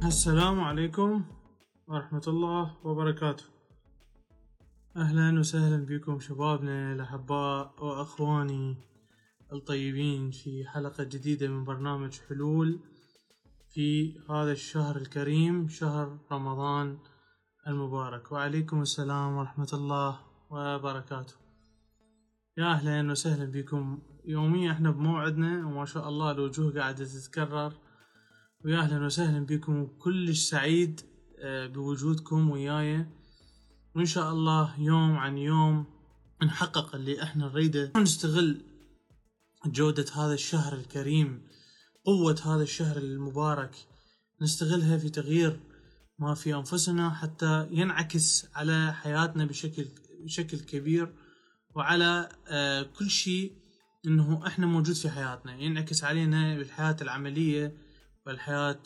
السلام عليكم ورحمة الله وبركاته. أهلا وسهلا بكم شبابنا الأحباء وأخواني الطيبين في حلقة جديدة من برنامج حلول في هذا الشهر الكريم، شهر رمضان المبارك. وعليكم السلام ورحمة الله وبركاته. يا أهلا وسهلا بكم. يوميا احنا بموعدنا وما شاء الله الوجوه قاعدة تتكرر، ويا أهلا وسهلا بكم. كلش سعيد بوجودكم وياي، وإن شاء الله يوم عن يوم نحقق اللي احنا نريده، ونستغل جودة هذا الشهر الكريم، قوة هذا الشهر المبارك، نستغلها في تغيير ما في أنفسنا حتى ينعكس على حياتنا بشكل كبير، وعلى كل شيء إنه احنا موجود في حياتنا، ينعكس علينا بالحياة العملية والحياة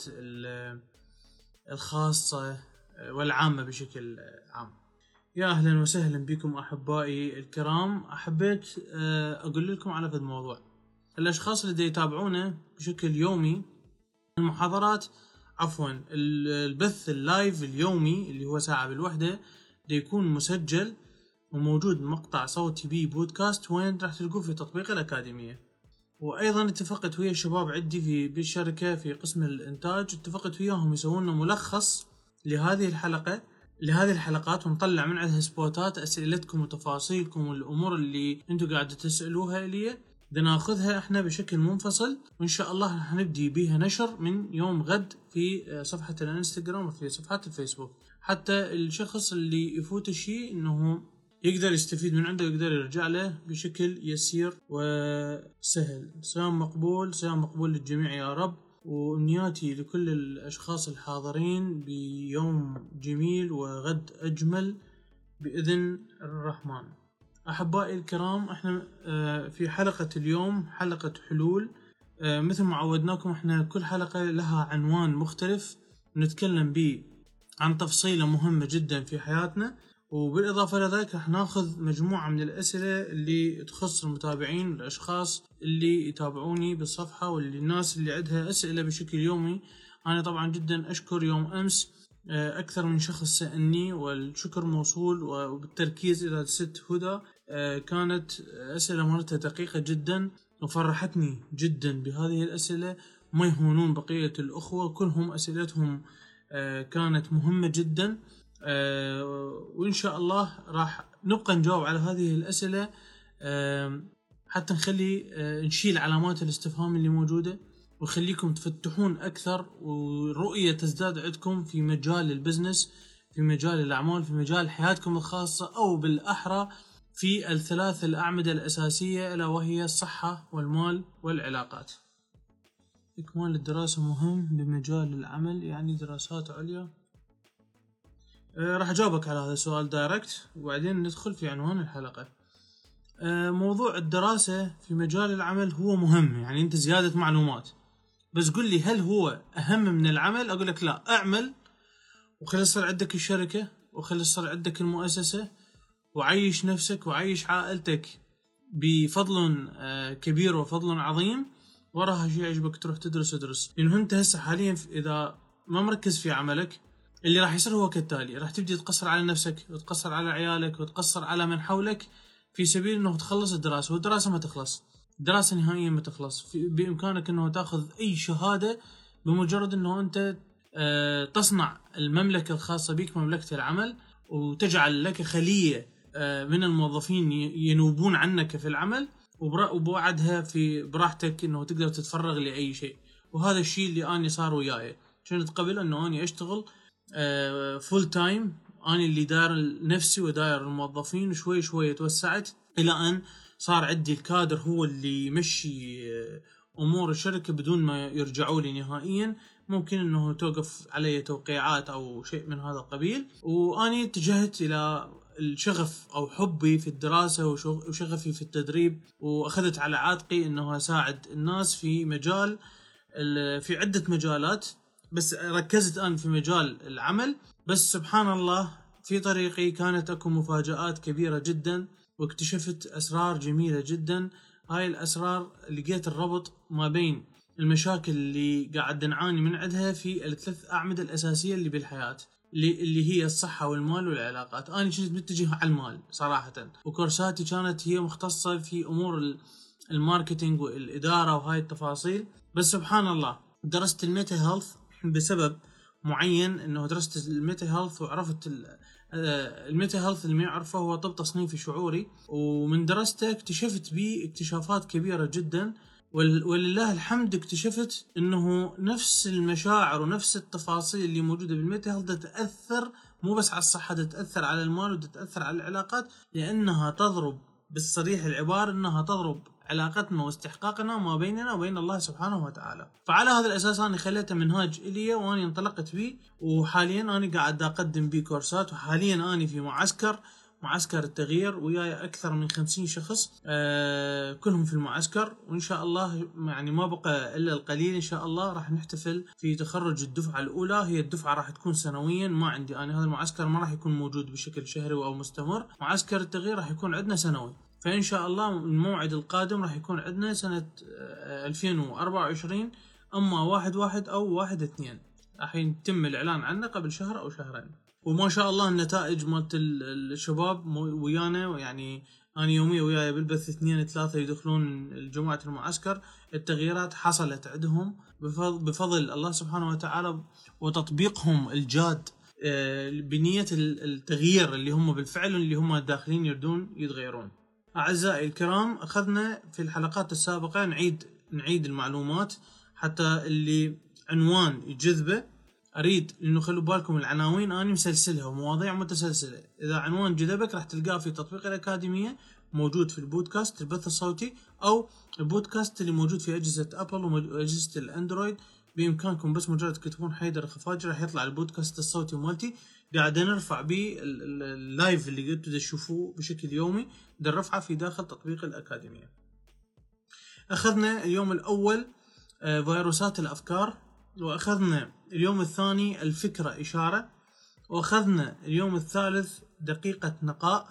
الخاصة والعامة بشكل عام. يا أهلا وسهلا بكم أحبائي الكرام. أحبيت أقول لكم على هذا الموضوع. الأشخاص اللي يتابعونا بشكل يومي المحاضرات، البث اللايف اليومي اللي هو ساعة بالوحدة، دي يكون مسجل وموجود مقطع صوتي بيه بودكاست، وين راح تلقوه في تطبيق الأكاديمية. وأيضا اتفقت ويا الشباب عندي بالشركة في قسم الإنتاج، اتفقت وياهم يسوون ملخص لهذه الحلقات، ونطلع من عندها سبوتات أسئلتكم وتفاصيلكم والأمور اللي انتوا قاعدة تسألوها لي، ناخذها احنا بشكل منفصل، وإن شاء الله رح نبدي بيها نشر من يوم غد في صفحة الانستغرام وفي صفحات الفيسبوك، حتى الشخص اللي يفوت شيء انه يقدر يستفيد من عنده ويقدر يرجع له بشكل يسير وسهل. صيام مقبول للجميع يا رب، وأمنياتي لكل الأشخاص الحاضرين بيوم جميل وغد أجمل بإذن الرحمن. أحبائي الكرام، احنا في حلقة اليوم حلقة حلول. مثل ما عودناكم، احنا كل حلقة لها عنوان مختلف نتكلم به عن تفصيلة مهمة جدا في حياتنا، وبالإضافة لذلك رح ناخذ مجموعة من الأسئلة اللي تخص المتابعين والأشخاص اللي يتابعوني بالصفحة، واللي الناس اللي عندها أسئلة بشكل يومي. أنا طبعا جدا أشكر يوم أمس أكثر من شخص سألني، والشكر موصول، وبالتركيز إلى الست هدى. كانت أسئلة مرتها دقيقة جدا وفرحتني جدا بهذه الأسئلة. ما يهونون بقية الأخوة، كلهم أسئلتهم كانت مهمة جدا، وإن شاء الله راح نبقى نجاوب على هذه الأسئلة حتى نشيل علامات الاستفهام اللي موجودة، وخليكم تفتحون أكثر، والرؤية تزداد عندكم في مجال البزنس، في مجال الأعمال، في مجال حياتكم الخاصة، أو بالأحرى في الثلاث الأعمدة الأساسية، ألا وهي الصحة والمال والعلاقات. إكمال الدراسة مهم بمجال العمل، يعني دراسات عليا. راح أجاوبك على هذا السؤال دايركت، وبعدين ندخل في عنوان الحلقة. موضوع الدراسة في مجال العمل هو مهم، يعني أنت زيادة معلومات، بس قل لي هل هو أهم من العمل؟ أقول لك لا، أعمل وخلي يصير عندك الشركة، وخلي يصير عندك المؤسسة، وعيش نفسك وعيش عائلتك بفضل كبير وفضل عظيم. وراها شيء يعجبك تروح تدرس، لأنه أنت هسه حاليا إذا ما مركز في عملك، اللي راح يصير هو كالتالي: راح تبدي تقصر على نفسك، وتقصر على عيالك، وتقصر على من حولك، في سبيل انه تخلص الدراسة. والدراسة ما تخلص، الدراسة نهائيا ما تخلص. بإمكانك انه تأخذ اي شهادة بمجرد انه انت تصنع المملكة الخاصة بك، مملكة العمل، وتجعل لك خلية من الموظفين ينوبون عنك في العمل، وبعدها في براحتك انه تقدر تتفرغ لأي شيء. وهذا الشيء اللي أنا صار وياي. كنت قبل انه أنا أشتغل فول تايم، أنا اللي داير نفسي وداير الموظفين، وشوي شوي توسعت إلى أن صار عندي الكادر هو اللي يمشي أمور الشركة بدون ما يرجعوا لي نهائيا. ممكن أنه توقف علي توقيعات أو شيء من هذا القبيل. وأنا اتجهت إلى الشغف أو حبي في الدراسة وشغفي في التدريب، وأخذت على عاتقي أنه أساعد الناس في عدة مجالات، بس ركزت أنا في مجال العمل. بس سبحان الله في طريقي كانت أكو مفاجآت كبيرة جدا، واكتشفت أسرار جميلة جدا. هاي الأسرار لقيت الربط ما بين المشاكل اللي قاعد نعاني من عندها في الثلاث أعمدة الأساسية اللي بالحياة، اللي هي الصحة والمال والعلاقات. أنا كنت متجه على المال صراحة، وكورساتي كانت هي مختصة في أمور الماركتينج والإدارة وهاي التفاصيل. بس سبحان الله درست الميتا هيلث بسبب معين، انه درست الميتا هيلث وعرفت الميتا هيلث اللي ما يعرفه هو طب تصنيفي شعوري، ومن درسته اكتشفت بيه اكتشافات كبيرة جدا، ولله الحمد اكتشفت انه نفس المشاعر ونفس التفاصيل اللي موجودة بالميتا هيلث تتأثر مو بس على الصحة، تتأثر على المال وتتأثر على العلاقات، لأنها تضرب بالصريح العبارة انها تضرب علاقتنا واستحقاقنا ما بيننا وبين الله سبحانه وتعالى. فعلى هذا الأساس أنا خليته منهاج إلي وأنا انطلقت به، وحاليا أنا قاعد أقدم به كورسات، وحاليا أنا في معسكر التغيير وياي أكثر من 50 شخص كلهم في المعسكر، وإن شاء الله يعني ما بقى إلا القليل. إن شاء الله راح نحتفل في تخرج الدفعة الأولى. هي الدفعة راح تكون سنويا، ما عندي أنا هذا المعسكر ما راح يكون موجود بشكل شهري أو مستمر. معسكر التغيير راح يكون عندنا سنوي، فإن شاء الله الموعد القادم راح يكون عندنا سنة 2024، أما 1/1 أو 1/2 راح يتم الإعلان عنه قبل شهر أو شهرين. وما شاء الله النتائج مالت الشباب ويانا، يعني أنا يوميا وياي بالبث 2-3 يدخلون جماعة المعسكر، التغييرات حصلت عندهم بفضل الله سبحانه وتعالى وتطبيقهم الجاد بنية التغيير اللي هم بالفعل اللي هم داخلين يردون يتغيرون. أعزائي الكرام، أخذنا في الحلقات السابقة نعيد المعلومات حتى اللي عنوان يجذبه. أريد إنه خلوا بالكم العناوين أنا مسلسلها ومواضيع متسلسلة. إذا عنوان جذبك راح تلقاه في تطبيق الأكاديمية موجود في البودكاست البث الصوتي، أو البودكاست اللي موجود في أجهزة أبل وأجهزة الأندرويد. بإمكانكم بس مجرد تكتبون حيدر الخفاجي راح يطلع البودكاست الصوتي مالتي. قاعد نرفع به اللايف اللي قلتوا تشوفوه بشكل يومي، نرفعه في داخل تطبيق الأكاديمية. أخذنا اليوم الأول فيروسات الأفكار، وأخذنا اليوم الثاني الفكرة إشارة، وأخذنا اليوم الثالث دقيقة نقاء.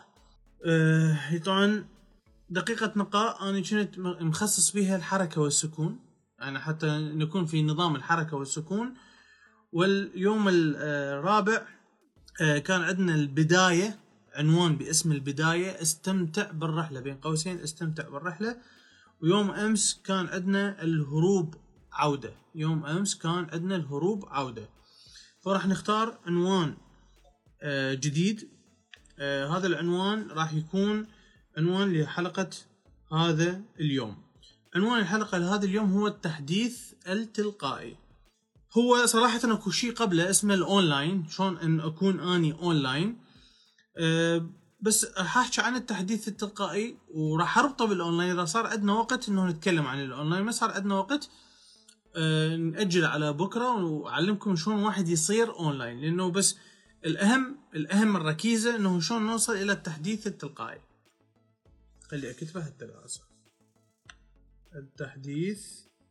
طبعا دقيقة نقاء أنا كنت مخصص بها الحركة والسكون، يعني حتى نكون في نظام الحركة والسكون. واليوم الرابع كان عندنا البداية، عنوان باسم البداية، استمتع بالرحلة، بين قوسين استمتع بالرحلة. ويوم أمس كان عندنا الهروب عودة، يوم أمس كان عندنا الهروب عودة. فراح نختار عنوان جديد. هذا العنوان راح يكون عنوان لحلقة هذا اليوم. عنوان الحلقة لهذا اليوم هو التحديث التلقائي. هو صراحة أكو شيء قبله اسمه الأونلاين، شلون أن أكون أني أونلاين، بس راح أحكي عن التحديث التلقائي وراح أربطه بالأونلاين. إذا صار عندنا وقت إنه نتكلم عن الأونلاين، ما صار عندنا وقت نأجل على بكرة وأعلمكم شلون واحد يصير أونلاين، لأنه بس الأهم الركيزة إنه شلون نوصل إلى التحديث التلقائي. خلي أكتبها التلقائي، التحديث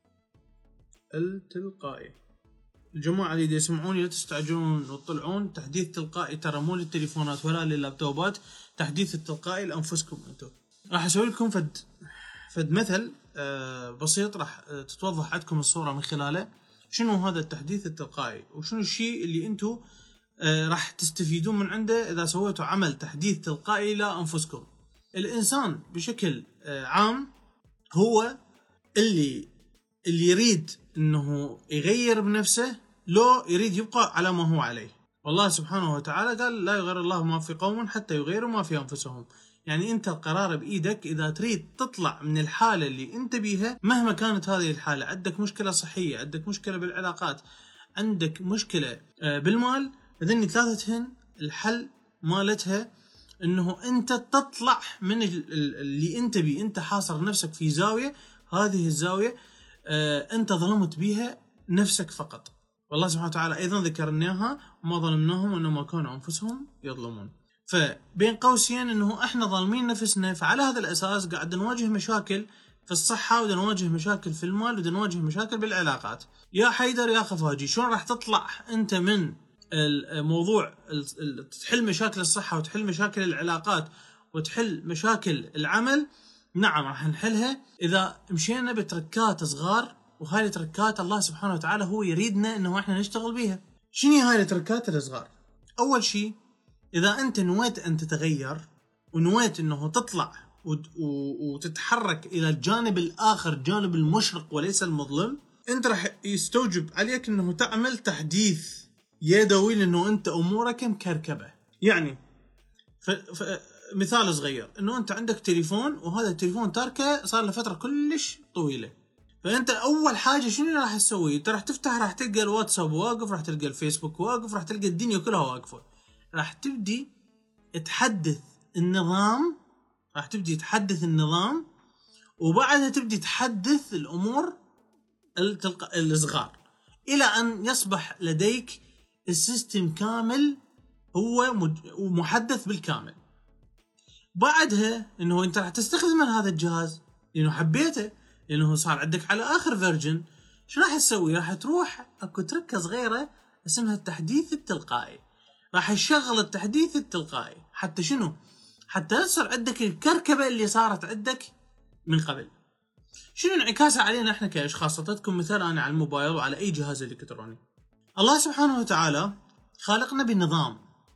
التلقائي. الجماعة اللي يسمعوني لا تستعجلون وتطلعون، تحديث تلقائي ترى مو للتليفونات ولا لللابتوبات، تحديث التلقائي لأنفسكم أنتم. راح أسوي لكم فد مثل بسيط راح تتوضح عندكم الصورة من خلاله شنو هذا التحديث التلقائي، وشنو الشيء اللي أنتم راح تستفيدون من عنده إذا سويتوا عمل تحديث تلقائي لأنفسكم. الإنسان بشكل عام هو اللي يريد إنه يغير بنفسه، لو يريد يبقى على ما هو عليه. والله سبحانه وتعالى قال لا يغير الله ما في قوم حتى يغيروا ما في أنفسهم. يعني أنت القرار بإيدك. إذا تريد تطلع من الحالة اللي أنت بيها مهما كانت هذه الحالة، عندك مشكلة صحية، عندك مشكلة بالعلاقات، عندك مشكلة بالمال، هذني ثلاثتهن الحل مالتها إنه أنت تطلع من اللي أنت بيه. أنت حاصر نفسك في زاوية، هذه الزاوية أنت ظلمت بيها نفسك فقط. والله سبحانه وتعالى أيضا ذكرناها وما ظلمناهم وإنما كانوا أنفسهم يظلمون. فبين قوسين إنه إحنا ظالمين نفسنا. فعلى هذا الأساس قاعد نواجه مشاكل في الصحة، ودا نواجه مشاكل في المال، ودا نواجه مشاكل بالعلاقات. يا حيدر يا خفاجي، شلون راح تطلع أنت من الموضوع تحل مشاكل الصحة وتحل مشاكل العلاقات وتحل مشاكل العمل؟ نعم راح نحلها إذا مشينا بتركات صغار وهاي التركات الله سبحانه وتعالى هو يريدنا انه احنا نشتغل بيها. شنو هاي التركات الصغار؟ اول شيء اذا انت نويت ان تتغير ونويت انه تطلع وتتحرك الى الجانب الاخر، جانب المشرق وليس المظلم، انت راح يستوجب عليك انه تعمل تحديث يدوي لانه انت امورك مكركبه. يعني مثال صغير، انه انت عندك تليفون وهذا التليفون تاركه صار له فتره كلش طويله، فانت اول حاجه شنو راح تسوي؟ انت راح تفتح، راح تلقى الواتساب واقف، راح تلقى الفيسبوك واقف، راح تلقى الدنيا كلها واقفه. راح تبدي تحدث النظام، وبعدها تبدي تحدث الامور الصغار الى ان يصبح لديك السيستم كامل هو محدث بالكامل. بعدها انه انت راح تستخدم هذا الجهاز لانه حبيته، لانه صار عندك على اخر فيرجن. شو راح تسوي؟ راح تروح اكو تركه صغيره اسمها التحديث التلقائي، راح يشغل التحديث التلقائي. حتى شنو؟ حتى لا تصير عندك الكركبه اللي صارت عندك من قبل. شنو انعكاسها علينا احنا كاشخاص؟ اعطيتكم مثال انا على الموبايل وعلى اي جهاز الكتروني. الله سبحانه وتعالى خالقنا بنظام،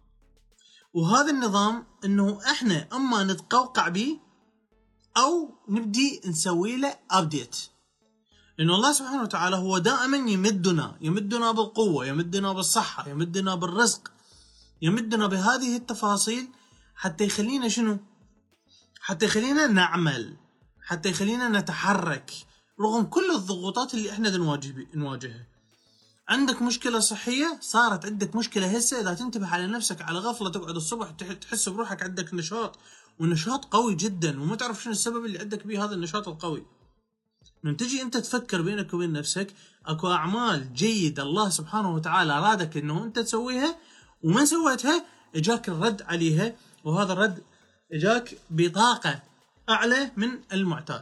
وهذا النظام انه احنا اما نتقوقع به او نبدي نسوي له ابديت. لانه الله سبحانه وتعالى هو دائما يمدنا بالقوه، يمدنا بالصحه، يمدنا بالرزق، يمدنا بهذه التفاصيل حتى يخلينا شنو؟ حتى يخلينا نعمل، حتى يخلينا نتحرك رغم كل الضغوطات اللي احنا نواجهها. عندك مشكله صحيه، صارت عندك مشكله هسه، اذا تنتبه على نفسك على غفله تقعد الصبح تحس بروحك عندك نشاط، ونشاط قوي جدا، وما تعرف شنو السبب اللي عندك به هذا النشاط القوي. من تجي انت تفكر بينك وبين نفسك اكو اعمال جيده الله سبحانه وتعالى ارادك انه انت تسويها وما سويتها، اجاك الرد عليها، وهذا الرد اجاك بطاقه اعلى من المعتاد.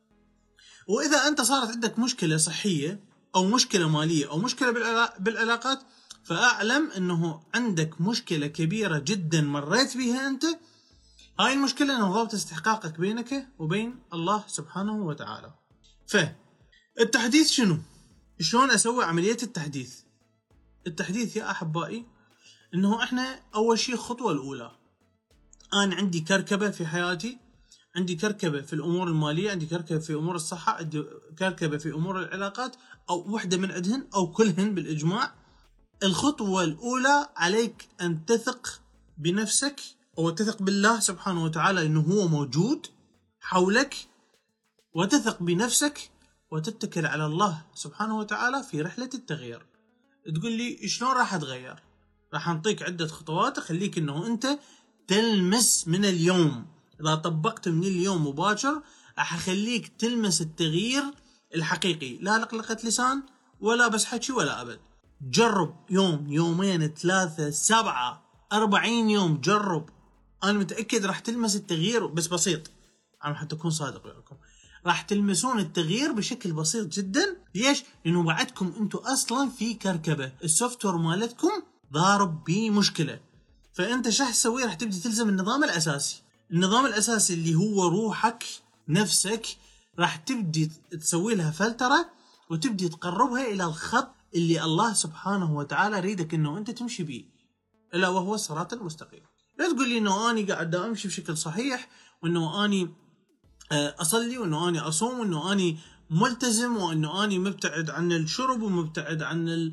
واذا انت صارت عندك مشكله صحيه او مشكله ماليه او مشكله بالعلاقات، فاعلم انه عندك مشكله كبيره جدا مريت بها انت. هاي المشكله انه ضابط استحقاقك بينك وبين الله سبحانه وتعالى. فالتحديث شنو؟ شلون اسوي عمليه التحديث؟ التحديث يا احبائي انه احنا اول شيء الخطوه الاولى، انا عندي كركبه في حياتي، عندي كركبه في الامور الماليه، عندي كركبه في امور الصحه، عندي كركبه في امور العلاقات، او وحده من عندهن او كلهن بالاجماع. الخطوه الاولى عليك ان تثق بنفسك او تثق بالله سبحانه وتعالى انه هو موجود حولك، وتثق بنفسك وتتكل على الله سبحانه وتعالى في رحله التغيير. تقول لي شلون راح اتغير؟ راح نعطيك عده خطوات اخليك انه انت تلمس من اليوم. إذا طبقت من اليوم مباشر راح أخليك تلمس التغيير الحقيقي، لا لقلقة لسان ولا بس حكي ولا أبد. جرب يوم، يومين، 3، 7، 40 يوم، جرب. أنا متأكد راح تلمس التغيير، بس بسيط. أنا حتى أكون صادق وياكم، راح تلمسون التغيير بشكل بسيط جدا. ليش؟ لأنه بعدكم أنتم أصلا في كركبة، السوفت وير مالتكم ضارب بمشكلة. فأنت شو راح تسوي؟ راح تبدي تلزم النظام الأساسي. النظام الأساسي اللي هو روحك، نفسك، راح تبدي تسوي لها فلترة وتبدي تقربها إلى الخط اللي الله سبحانه وتعالى يريدك إنه أنت تمشي به، إلا وهو الصراط المستقيم. لا تقول لي إنه أني قاعد أمشي بشكل صحيح، وإنه أني أصلي، وإنه أني أصوم، وإنه أني ملتزم، وإنه أني مبتعد عن الشرب ومبتعد عن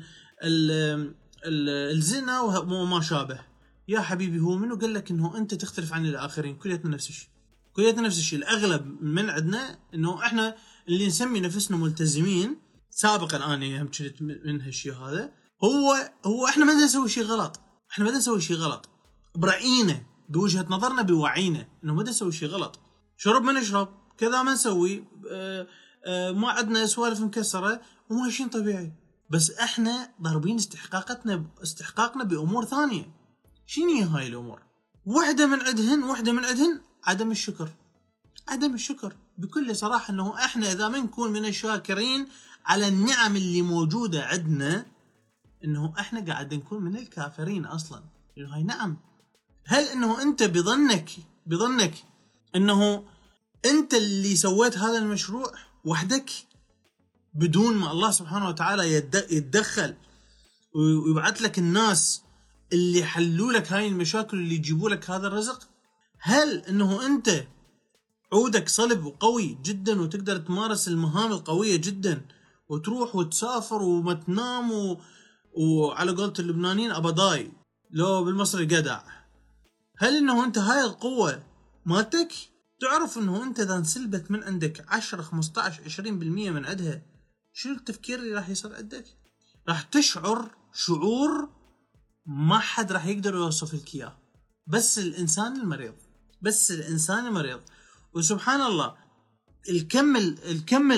الزنا وما شابه. يا حبيبي، هو منو قال لك انه انت تختلف عن الاخرين؟ كلياتنا نفس الشيء، كلياتنا نفس الشيء. الاغلب من عندنا انه احنا اللي نسمي نفسنا ملتزمين سابقا، انا هم كنت من هالشيء هذا. هو احنا ما نسوي شيء غلط، احنا ما نسوي شيء غلط برأينا، بوجهة نظرنا، بوعينا انه ما نسوي شيء غلط. شرب ما نشرب، كذا ما نسوي، ما عندنا سوالف مكسره وماشيين طبيعي. بس احنا ضاربين استحقاقنا بامور ثانيه. شنو هاي الامور؟ واحده من عندهن عدم الشكر بكل صراحه. انه احنا اذا ما نكون من الشاكرين على النعم اللي موجوده عندنا، انه احنا قاعد نكون من الكافرين اصلا. لانه هاي نعم. هل انه انت بظنك انه انت اللي سويت هذا المشروع وحدك؟ بدون ما الله سبحانه وتعالى يتدخل ويبعث لك الناس اللي يحلوا لك هاي المشاكل اللي يجيبوا لك هذا الرزق؟ هل انه انت عودك صلب وقوي جدا وتقدر تمارس المهام القوية جدا وتروح وتسافر وما تنام وعلى قولة اللبنانيين أبضاي لو بالمصري قدع؟ هل انه انت هاي القوة مالتك؟ تعرف انه انت اذا انسلبت من عندك 10 15 20% من عندها، شنو التفكير اللي راح يصير عندك؟ راح تشعر شعور ما حد راح يقدر يوصف لك اياه، بس الانسان المريض. وسبحان الله الكم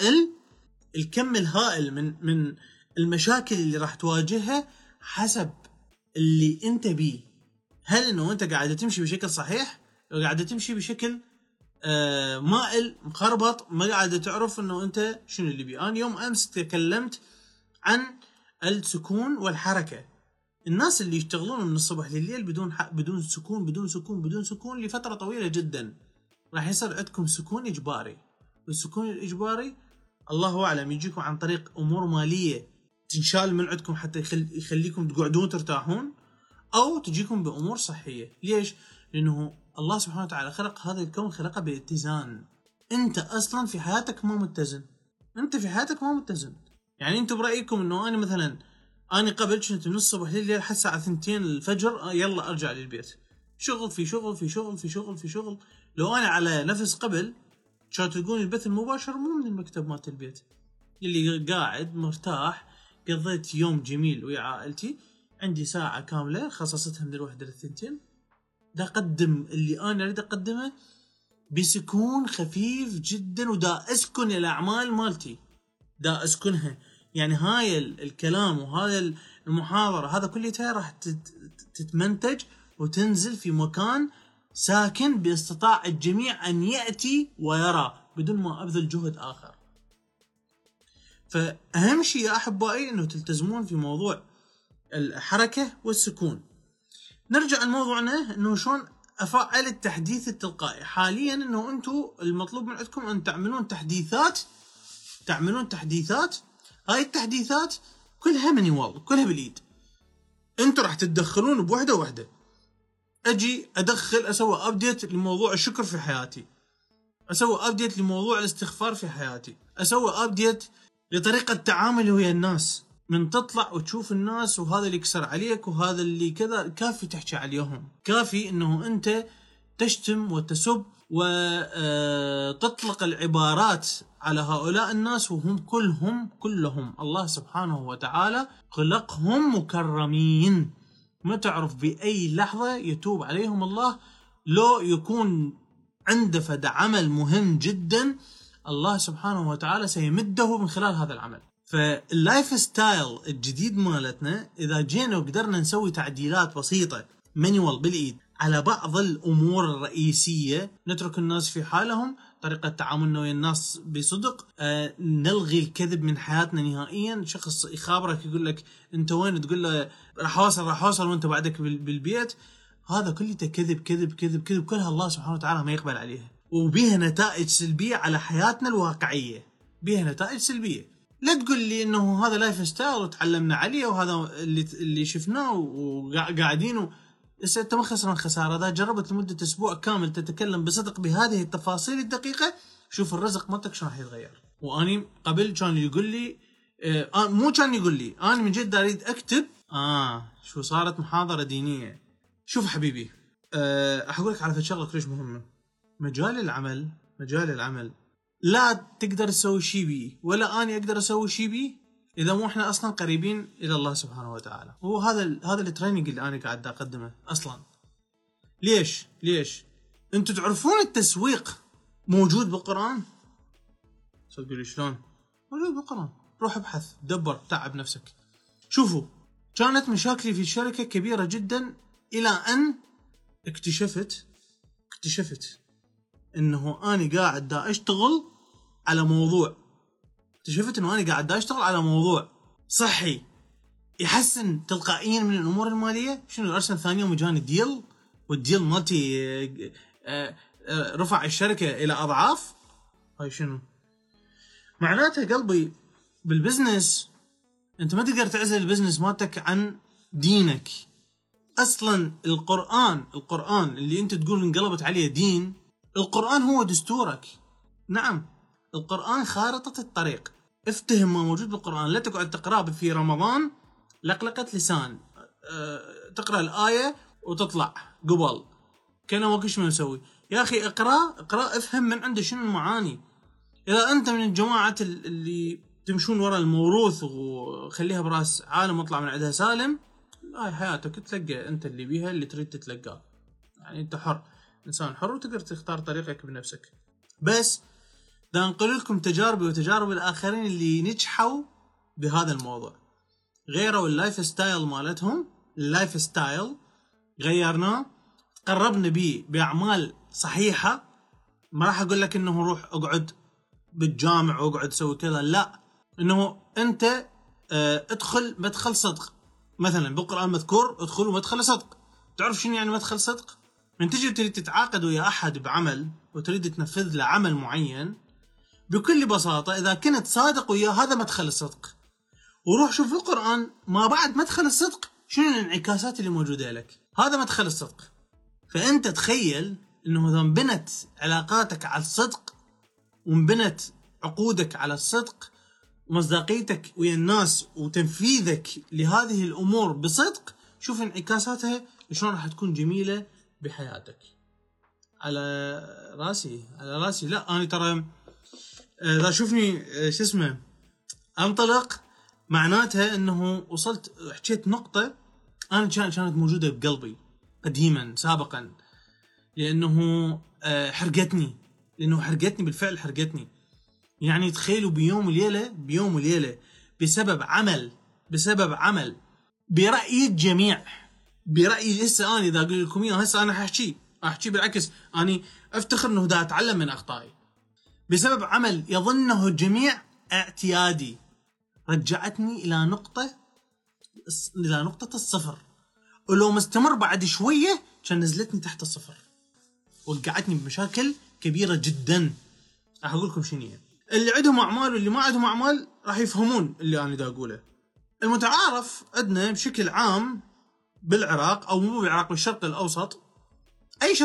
الهائل من المشاكل اللي راح تواجهها حسب اللي انت بيه. هل انه انت قاعده تمشي بشكل صحيح او قاعده تمشي بشكل مائل مخربط، ما قاعده تعرف انه انت شنو اللي بيه. انا يوم امس تكلمت عن السكون والحركه. الناس اللي يشتغلون من الصبح لليل بدون سكون لفتره طويله جدا راح يصير عندكم سكون اجباري. والسكون الاجباري الله اعلم يجيكم عن طريق امور ماليه تنشال من عندكم حتى يخليكم تقعدون ترتاحون، او تجيكم بامور صحيه. ليش؟ لانه الله سبحانه وتعالى خلق هذا الكون خلقه باتزان. انت اصلا في حياتك ما متزن. يعني انتم برايكم انه انا مثلا قبل كنت من الصبح لليل حتى الساعه 2 الفجر يلا ارجع للبيت، شغل في شغل في شغل في شغل في شغل. لو انا على نفس قبل كانت تلقوني البث المباشر مو من المكتب مالت البيت، اللي قاعد مرتاح قضيت يوم جميل ويا عائلتي، عندي ساعة كاملة خصصتها من 1 ل 2 دا أقدم اللي أنا أريد أقدمه بسكون خفيف جدا، ودا أسكن الأعمال مالتي دا أسكنها. يعني هاي الكلام وهذا المحاضرة هذا كلها راح تتمنتج وتنزل في مكان ساكن باستطاع الجميع أن يأتي ويرى بدون ما أبذل جهد آخر. فأهم شيء يا أحبائي أنه تلتزمون في موضوع الحركة والسكون. نرجع لموضوعنا انه شلون افعل التحديث التلقائي. حاليا انه انتم المطلوب من عندكم ان تعملون تحديثات. هاي التحديثات كلها مانيوال، كلها باليد. انتم راح تتدخلون بوحده. اجي ادخل اسوي ابديت لموضوع الشكر في حياتي، اسوي ابديت لموضوع الاستغفار في حياتي، اسوي ابديت لطريقة تعاملي ويا الناس. من تطلع وتشوف الناس وهذا اللي يكسر عليك وهذا اللي كذا، كافي تحكي عليهم، كافي انه انت تشتم وتسب وتطلق العبارات على هؤلاء الناس، وهم كلهم الله سبحانه وتعالى خلقهم مكرمين. ما تعرف بأي لحظة يتوب عليهم الله، لو يكون عنده فد عمل مهم جدا الله سبحانه وتعالى سيمده من خلال هذا العمل. فاللايف ستايل الجديد مالتنا إذا جينا وقدرنا نسوي تعديلات بسيطة مانيوال بالإيد على بعض الأمور الرئيسية، نترك الناس في حالهم، طريقة تعاملنا ويا الناس بصدق، نلغي الكذب من حياتنا نهائيا. شخص يخابرك يقول لك أنت وين، تقول له راح أوصل وأنت بعدك بالبيت، هذا كله كذب كذب كذب كذب، كلها الله سبحانه وتعالى ما يقبل عليها، وبيها نتائج سلبية على حياتنا الواقعية، بيها نتائج سلبية. لا تقول لي انه هذا لايف ستايل وتعلمنا عليه وهذا اللي شفناه وقاعدين انت ما خسران خساره. اذا جربت لمده اسبوع كامل تتكلم بصدق بهذه التفاصيل الدقيقه، شوف الرزق مالتك شو راح يتغير. واني قبل كان يقول لي مو كان يقول لي، انا من جد اريد اكتب شو صارت محاضره دينيه. شوف حبيبي، اقول لك على شغله كلش مهمه. مجال العمل لا تقدر تسوي شيء بيه ولا أنا أقدر أسوي شيء بيه إذا مو إحنا أصلاً قريبين إلى الله سبحانه وتعالى. وهو هذا التريننج اللي أنا قاعد أقدمه أصلاً. ليش أنتوا تعرفون التسويق موجود بالقرآن؟ تقول لي شلون؟ موجود بالقرآن. روح ابحث، دبر، تعب نفسك. شوفوا، كانت مشاكلي في الشركة كبيرة جداً إلى أن اكتشفت انه انا قاعد دا اشتغل على موضوع صحي يحسن تلقائيا من الامور الماليه. شنو الارسل ثاني يوم جاني ديل، والديل مالتي رفع الشركه الى اضعاف. هاي شنو معناتها قلبي؟ بالبزنس انت ما تقدر تعزل البزنس مالتك عن دينك. اصلا القرآن اللي انت تقول انقلبت عليه دين، القرآن هو دستورك. نعم، القرآن خارطة الطريق. افتهم ما موجود بالقرآن، لا تقعد تقرأ في رمضان لقلقة لسان، تقرأ الآية وتطلع قبل كأنه ما كش ما يسوي. يا أخي اقرأ افهم من عنده شنو المعاني. إذا أنت من الجماعة اللي تمشون وراء الموروث وخليها براس عالم واطلع من عندها سالم، هاي حياتك، تلقى أنت اللي بيها اللي تريد تتلقاه. يعني أنت حر، إنسان حر وتقدر تختار طريقك بنفسك. بس دا أنقل لكم تجاربي وتجارب الآخرين اللي نجحوا بهذا الموضوع، غيروا اللايف ستايل مالتهم، اللايف ستايل غيرناه، قربنا بيه بأعمال صحيحة. ما راح أقول لك إنه روح أقعد بالجامع وأقعد أسوي كذا، لا، إنه أنت ادخل مدخل صدق. مثلا بالقرآن مذكور ادخلوا مدخل صدق. تعرف شنو يعني مدخل صدق؟ من تجي تريد تتعاقد ويا أحد بعمل وتريد تنفذ له عمل معين، بكل بساطة إذا كنت صادق وياه هذا مدخل الصدق. وروح شوف في القرآن ما بعد مدخل الصدق شنو الانعكاسات اللي موجودة لك، هذا مدخل الصدق. فأنت تخيل إنه إذا انبنت علاقاتك على الصدق وانبنت عقودك على الصدق ومصداقيتك ويا الناس وتنفيذك لهذه الأمور بصدق، شوف انعكاساتها شلون راح تكون جميلة بحياتك. على راسي لا أنا ترى إذا شوفني شو اسمه أنطلق، معناتها إنه وصلت حكيت نقطة أنا كانت موجودة بقلبي قديما سابقا، لأنه حرقتني بالفعل حرقتني. يعني تخيلوا بيوم وليلة بسبب عمل برأي الجميع، برأيي هسه أنا إذا أقول لكم إياه هسه أنا أحكي بالعكس، أنا أفتخر إنه دا أتعلم من أخطائي. بسبب عمل يظنه الجميع اعتيادي رجعتني إلى نقطة الصفر، ولو مستمر بعد شوية كان نزلتني تحت الصفر، وقعتني بمشاكل كبيرة جدا. راح أقول لكم شنو هي. اللي عندهم أعمال واللي ما عندهم أعمال راح يفهمون اللي أنا دا أقوله. المتعارف عندنا بشكل عام بالعراق، أو مو بالعراق، بالشرق الأوسط، أي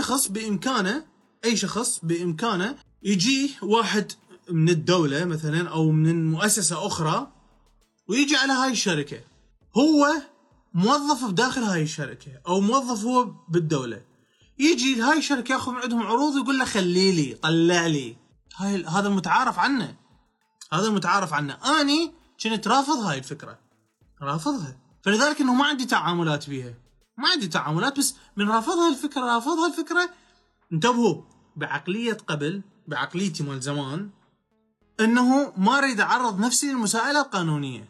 شخص بإمكانه يجي واحد من الدولة مثلا أو من مؤسسة أخرى ويجي على هاي الشركة، هو موظف بداخل هاي الشركة أو موظف هو بالدولة، يجي لهاي الشركة يأخذ من عندهم عروض ويقول له خليلي طلع لي. هذا المتعارف عنه. أنا كنت رافض هاي الفكرة، رافضها، فلذلك إنه ما عندي تعاملات بيها، بس من رافضها الفكرة. انتبهوا، بعقلية قبل، بعقليتي مال زمان، إنه ما أريد أعرض نفسي للمساءلة القانونية.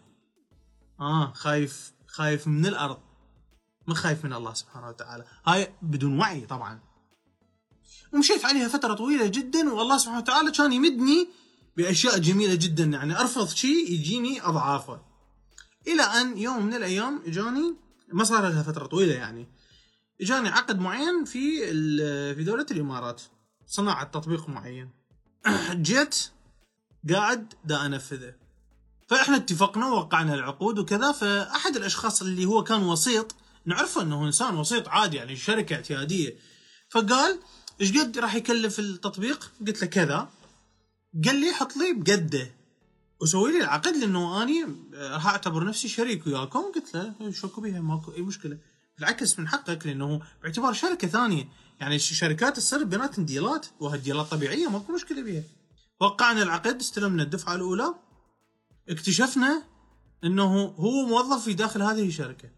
خايف من الأرض، ما خايف من الله سبحانه وتعالى. هاي بدون وعي طبعا، ومشيت عليها فترة طويلة جدا، والله سبحانه وتعالى كان يمدني بأشياء جميلة جدا. يعني أرفض شيء يجيني أضعافه، إلى أن يوم من الأيام إجاني، ما صار لها فترة طويلة يعني، إجاني عقد معين في دولة الإمارات، صناعة تطبيق معين. جيت قاعد دا أنفذه، فإحنا اتفقنا ووقعنا العقود وكذا. فأحد الأشخاص اللي هو كان وسيط، نعرفه أنه إنسان وسيط عادي، يعني شركة اعتيادية، فقال إيش قد راح يكلف التطبيق؟ قلت له كذا. قال لي حط لي بقده وسوي لي العقد، لأنه أني راح أعتبر نفسي شريك وياكم. قلت له شوكوا بيها، ماكو أي مشكلة، بالعكس من حقك، لأنه باعتبار شركة ثانية. يعني الشركات تصير بيناتهم ديالات، وهالديالات طبيعية، ماكو مشكلة بيها. وقعنا العقد، استلمنا الدفعة الأولى، اكتشفنا أنه هو موظف في داخل هذه الشركة.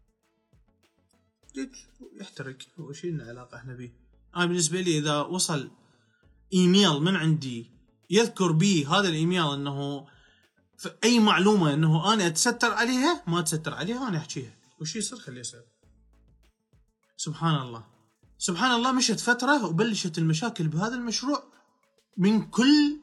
يحترق، هو شيء لنا علاقة احنا بيه. أنا بالنسبة لي إذا وصل إيميل من عندي يذكر بيه هذا الإيميل أنه أي معلومة أنه أنا أتستر عليها، ما أتستر عليها، أنا أحكيها، وش يصير خليه يصير. سبحان الله. مشت فترة وبلشت المشاكل بهذا المشروع من كل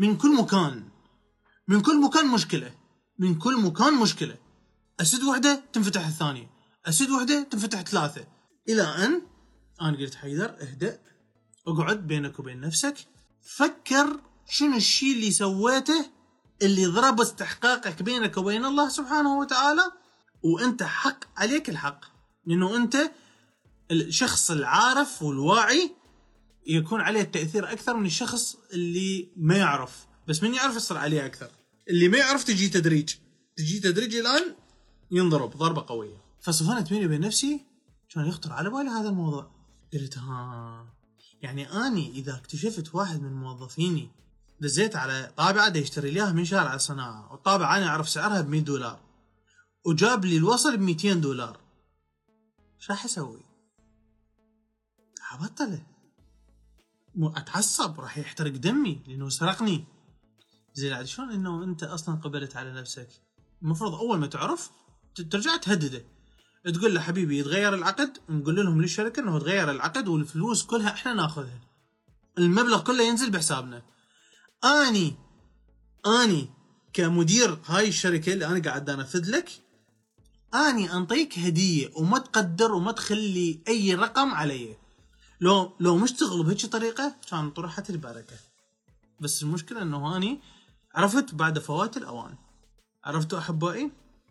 مكان مشكلة. أسد وحدة تنفتح الثانية، أسد وحدة تنفتح ثلاثة، إلى أن أنا قلت حيدر اهدأ، اقعد بينك وبين نفسك، فكر شنو الشيء اللي سويته اللي ضرب استحقاقك بينك وبين الله سبحانه وتعالى، وانت حق عليك الحق، لانه انت الشخص العارف والواعي يكون عليه التأثير اكثر من الشخص اللي ما يعرف. بس من يعرف يصير عليه اكثر، اللي ما يعرف تجي تدريج الان ينضرب ضربة قوية. فصفنت بيني وبين نفسي كان يخطر على بالي هذا الموضوع. قلت يعني اني اذا اكتشفت واحد من موظفيني دزيت على طابعة دا يشتري ليها من شارع الصناعة، والطابعة انا اعرف سعرها $100 وجاب لي الوصل $200، شو راح اسوي؟ هبطله، اتعصب، راح يحترق دمي لانه سرقني. زين عاد شلون انه انت اصلا قبلت على نفسك؟ المفروض اول ما تعرف ترجع تهدده، تقول له حبيبي يتغير العقد، نقول لهم للشركة انه تغير العقد والفلوس كلها احنا ناخذها، المبلغ كله ينزل بحسابنا. اني كمدير هاي الشركة اللي انا قاعد انفذ لك، اني انطيك هدية وما تقدر وما تخلي اي رقم علي. لو مشتغل بهيك طريقة كان طرحت البركة. بس المشكلة انه اني عرفت بعد فوات الاوان. عرفتوا احبائي؟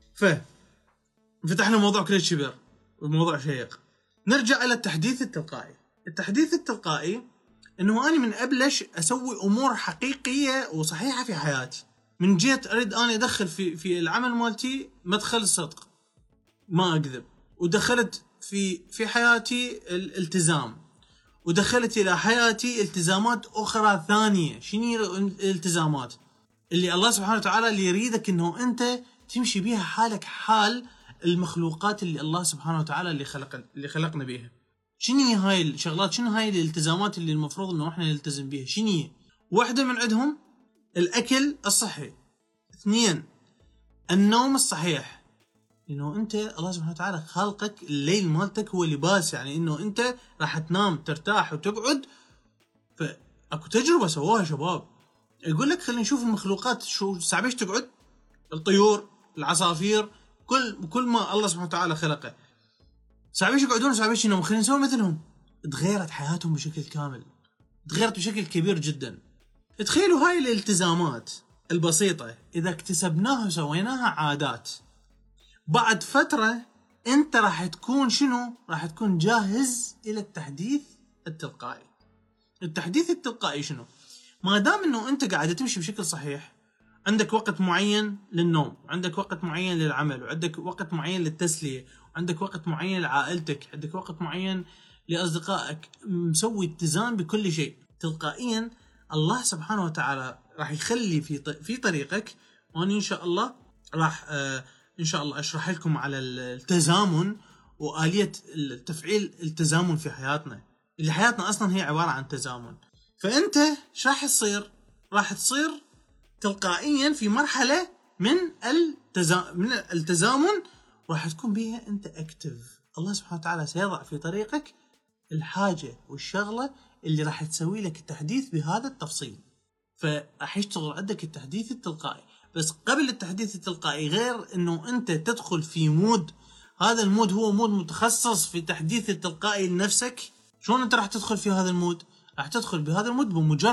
فتحنا موضوع كلش كبير والموضوع شيق. نرجع الى التحديث التلقائي. التحديث التلقائي انه اني من ابلش اسوي امور حقيقية وصحيحة في حياتي. من جيت اريد اني ادخل في العمل مالتي مدخل الصدق، ما اكذب، ودخلت في حياتي الالتزام، ودخلت الى حياتي التزامات اخرى ثانية. شنو الالتزامات اللي الله سبحانه وتعالى اللي يريدك انه انت تمشي بيها حالك حال المخلوقات اللي الله سبحانه وتعالى اللي خلقنا بيها؟ شنو هاي الشغلات؟ شنو هاي الالتزامات اللي المفروض انه احنا نلتزم بيها؟ شنو واحدة من عندهم؟ الاكل الصحي. 2 النوم الصحيح، انه انت الله سبحانه وتعالى خلقك الليل مالتك هو لباس، يعني انه انت راح تنام ترتاح وتقعد. فاكو تجربة سواها شباب يقول لك خلينا نشوف المخلوقات شو ساعبيش تقعد، الطيور، العصافير، كل ما الله سبحانه وتعالى خلقه ساعبيش يقعدون ساعبيش ينامون، خلينا نسوي مثلهم. تغيرت حياتهم بشكل كامل، تغيرت بشكل كبير جدا. تخيلوا هاي الالتزامات البسيطة إذا اكتسبناها وسويناها عادات، بعد فترة أنت راح تكون شنو؟ راح تكون جاهز إلى التحديث التلقائي. التحديث التلقائي شنو؟ ما دام إنه أنت قاعد تمشي بشكل صحيح، عندك وقت معين للنوم، عندك وقت معين للعمل، وعندك وقت معين للتسلية، وعندك وقت معين لعائلتك، عندك وقت معين لأصدقائك، مسوي اتزان بكل شيء، تلقائيا الله سبحانه وتعالى راح يخلي في طريقك. وأنا إن شاء الله راح إن شاء الله أشرح لكم على التزامن وآلية تفعيل التزامن في حياتنا، اللي حياتنا أصلا هي عبارة عن تزامن. فأنت شو راح تصير؟ راح تصير تلقائيا في مرحلة من التزامن راح تكون بيها أنت أكتف. الله سبحانه وتعالى سيضع في طريقك الحاجة والشغلة اللي راح تسوي لك التحديث بهذا التفصيل، فراح يشتغل عندك التحديث التلقائي. بس قبل التحديث التلقائي غير انه انت تدخل في مود، هذا المود هو مود متخصص في تحديث التلقائي لنفسك. شلون انت راح تدخل في هذا المود؟ راح تدخل بهذا المود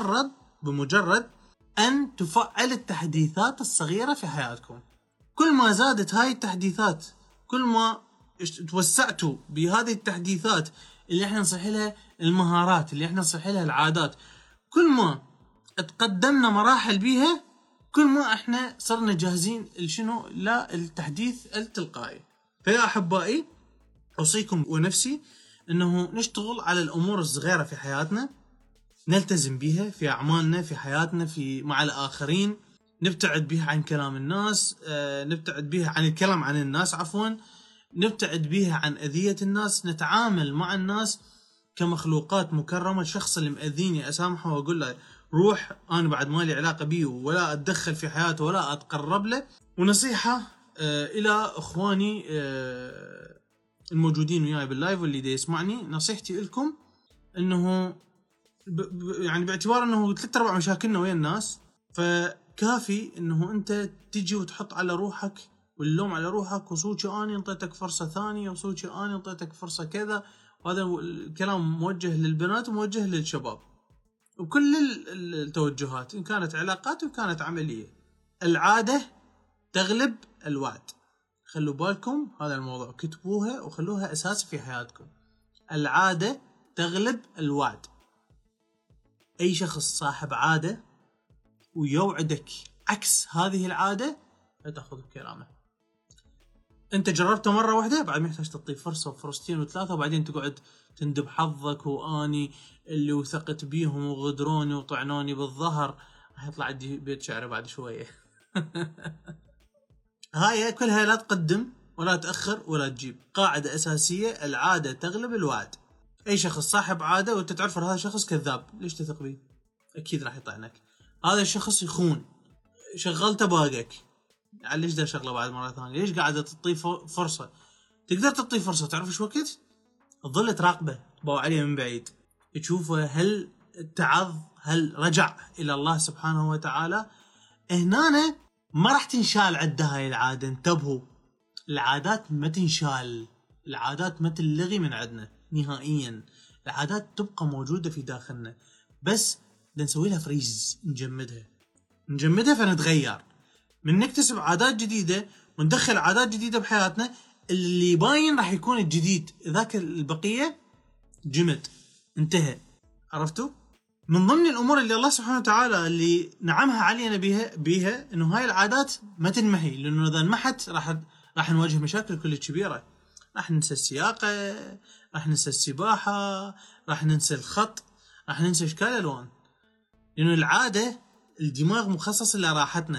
بمجرد ان تفعل التحديثات الصغيرة في حياتكم. كل ما زادت هاي التحديثات، كل ما توسعتوا بهذه التحديثات اللي احنا نصح لها المهارات، اللي احنا نصح لها العادات، كل ما تقدمنا مراحل بيها، كل ما احنا صرنا جاهزين لشنو؟ للتحديث التلقائي. فيا احبائي اوصيكم ونفسي انه نشتغل على الامور الصغيرة في حياتنا، نلتزم بيها في اعمالنا، في حياتنا، في مع الاخرين، نبتعد بيها عن كلام الناس، نبتعد بيها عن الكلام عن الناس، نبتعد بيها عن اذية الناس، نتعامل مع الناس كمخلوقات مكرمة. الشخص اللي مأذيني اسامحه واقول له روح، انا بعد ما لي علاقة بيه ولا اتدخل في حياته ولا اتقرب له. ونصيحة الى اخواني الموجودين وياي باللايف واللي دي يسمعني، نصيحتي لكم انه يعني باعتبار انه 3/4 مشاكلنا ويا الناس، فكافي انه انت تجي وتحط على روحك واللوم على روحك، وصوتي اني انطيتك فرصة ثانية، وصوتي اني انطيتك فرصة كذا. وهذا الكلام موجه للبنات وموجه للشباب وكل التوجهات، إن كانت علاقات وإن كانت عملية. العادة تغلب الوعد. خلوا بالكم هذا الموضوع، كتبوها وخلوها أساس في حياتكم. العادة تغلب الوعد. أي شخص صاحب عادة ويوعدك عكس هذه العادة لا تأخذ بكلامه. أنت جربته مرة واحدة، بعد محتاج تعطيه فرصة وفرصتين وثلاثة، وبعدين تقعد تندب حظك وأني اللي وثقت بيهم وغدروني وطعنوني بالظهر. راح يطلع عندي بيت شعر بعد شوية. هاي كلها لا تقدم ولا تأخر ولا تجيب. قاعدة أساسية: العادة تغلب الوعد. أي شخص صاحب عادة وأنت تعرف هذا الشخص كذاب، ليش تثق بيه؟ أكيد راح يطعنك. هذا الشخص يخون، شغلته باقك، يعني ليش ده شغله بعد مرة ثانية؟ ليش قاعدة تعطيه فرصة؟ تقدر تعطيه فرصة، تعرف ايش وقت؟ تظل تراقبه، تباوع عليه من بعيد، تشوفه هل تعظ، هل رجع إلى الله سبحانه وتعالى. هنا ما راح تنشال عده هاي العادة. انتبهوا، العادات ما تنشال، العادات ما تلغي من عندنا نهائيا. العادات تبقى موجودة في داخلنا، بس نسوي لها فريز، نجمدها فنتغير، من نكتسب عادات جديدة وندخل عادات جديدة بحياتنا. اللي باين راح يكون الجديد، ذاك البقية جمد، انتهى. عرفتوا؟ من ضمن الأمور اللي الله سبحانه وتعالى اللي نعمها علينا بيها إنه هاي العادات ما تنمحي، لأنه إذا انمحت راح نواجه مشاكل كل كبيرة. راح ننسى السياقة، راح ننسى السباحة، راح ننسى الخط، راح ننسى إشكال الألوان، لأنه العادة الدماغ مخصص إلى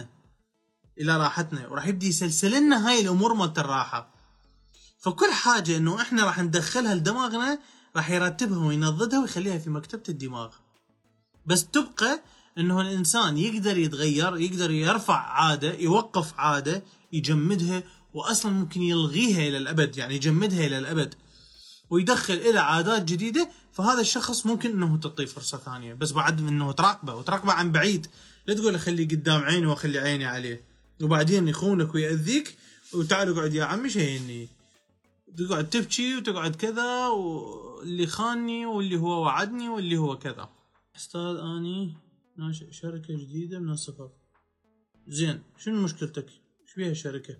راحتنا، وراح يبدي يسلسلنا هاي الأمور مالت الراحة. فكل حاجة إنه إحنا راح ندخلها لدماغنا راح يرتبها وينضدها ويخليها في مكتبة الدماغ. بس تبقى إنه الإنسان يقدر يتغير، يقدر يرفع عادة، يوقف عادة، يجمدها، وأصلا ممكن يلغيها إلى الأبد، يعني يجمدها إلى الأبد ويدخل إلى عادات جديدة. فهذا الشخص ممكن إنه تعطيه فرصة ثانية، بس بعد إنه تراقبه عن بعيد. لا تقول أخليه قدام عيني وأخلي عيني عليه وبعدين يخونك ويأذيك وتعال اقعد يا عمي شيني، تقعد تبكي وتقعد كذا، واللي خانني واللي هو وعدني واللي هو كذا. استاذ اني ناشئ شركة جديدة من الصفر. زين، شنو مشكلتك؟ ايش بيها الشركة؟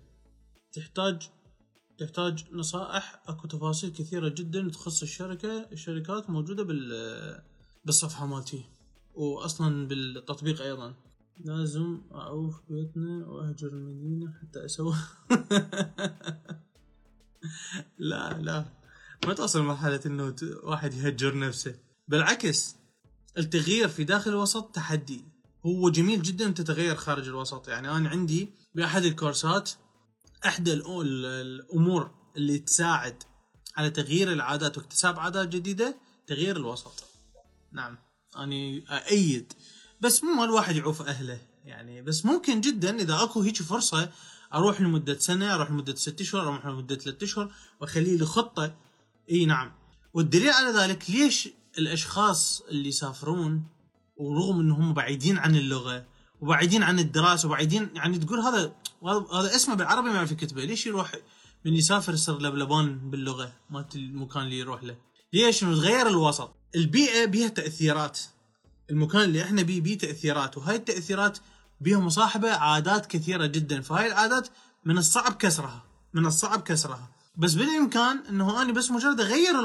تحتاج نصائح. اكو تفاصيل كثيرة جدا تخص الشركات موجودة بالصفحة مالتي، واصلا بالتطبيق ايضا. لازم اعوف بيتنا واهجر المدينة حتى اسوي. لا ما توصل مرحلة انه واحد يهجر نفسه، بالعكس التغيير في داخل الوسط تحدي. هو جميل جدا ان تتغير خارج الوسط. يعني انا عندي باحد الكورسات احدى الامور اللي تساعد على تغيير العادات واكتساب عادات جديدة تغيير الوسط. نعم اني اؤيد، بس مو الواحد يعوف اهله يعني، بس ممكن جدا اذا اكو هيك فرصة اروح لمدة سنة، اروح لمدة 6 اشهر، اروح لمدة 3 اشهر واخليه له خطة. اي نعم. والدليل على ذلك ليش الاشخاص اللي يسافرون ورغم انهم بعيدين عن اللغة وبعيدين عن الدراسة وبعيدين، يعني تقول هذا اسمه بالعربي ما يعرف يكتبه، ليش يروح من يسافر يصير لبلبان باللغة مالت المكان اللي يروح له؟ ليش؟ انه تغير الوسط. البيئة بيها تأثيرات، المكان اللي احنا بيه تأثيرات، وهاي التأثيرات بيها مصاحبة عادات كثيرة جدا. فهاي العادات من الصعب كسرها، بس بالإمكان انه انا بس مجرد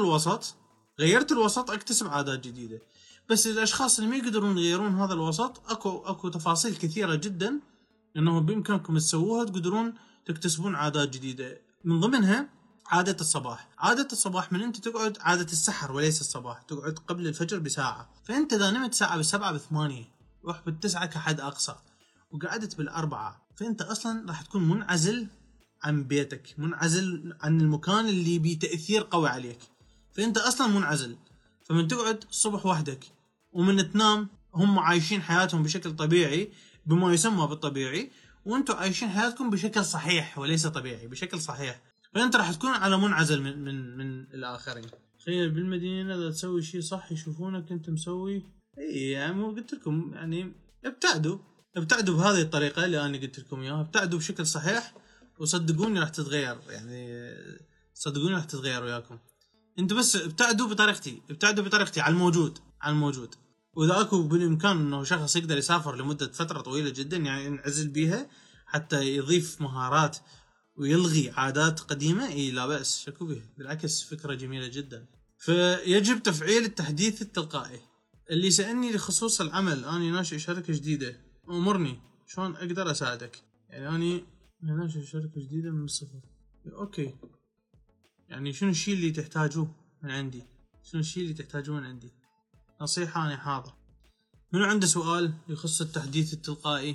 غيرت الوسط اكتسب عادات جديدة. بس الاشخاص اللي ما يقدرون يغيرون هذا الوسط اكو تفاصيل كثيرة جدا انه بامكانكم تسووها، تقدرون تكتسبون عادات جديدة. من ضمنها عادة الصباح من انت تقعد، عادة السحر وليس الصباح، تقعد قبل الفجر بساعة. فانت اذا نمت ساعة ب7 ب8 روح ب9 كحد اقصى وقعدت بال4، فانت اصلا راح تكون منعزل عن بيتك، منعزل عن المكان اللي بيه تأثير قوي عليك، فانت اصلا منعزل. فمن تقعد الصبح وحدك ومن تنام هم عايشين حياتهم بشكل طبيعي بما يسمى بالطبيعي، وانتم عايشين حياتكم بشكل صحيح وليس طبيعي، بشكل صحيح. فانت راح تكون على منعزل من الاخرين. تخيل بالمدينه اذا تسوي شيء صح يشوفونك انت مسوي. اي يعني مو قلت لكم يعني ابتعدوا بهذه الطريقه اللي انا قلت لكم اياها، ابتعدوا بشكل صحيح وصدقوني راح تتغير. يعني صدقوني راح تتغير وياكم. انتوا بس ابتعدوا بطريقتي على الموجود، واذا اكو بالامكان انه شخص يقدر يسافر لمده فتره طويله جدا يعني ينعزل بيها حتى يضيف مهارات ويلغي عادات قديمه، اي لا باس شكو به، بالعكس فكره جميله جدا. فيجب تفعيل التحديث التلقائي. اللي سألني لخصوص العمل، اني ناشئ شركه جديده، امرني شلون اقدر اساعدك. يعني اني ناشئ شركه جديده من الصفر. اوكي، يعني شنو الشيء اللي تحتاجوه من عندي؟ شنو الشيء اللي تحتاجوه من عندي؟ نصيحة أنا حاضر. منو عنده سؤال يخص التحديث التلقائي؟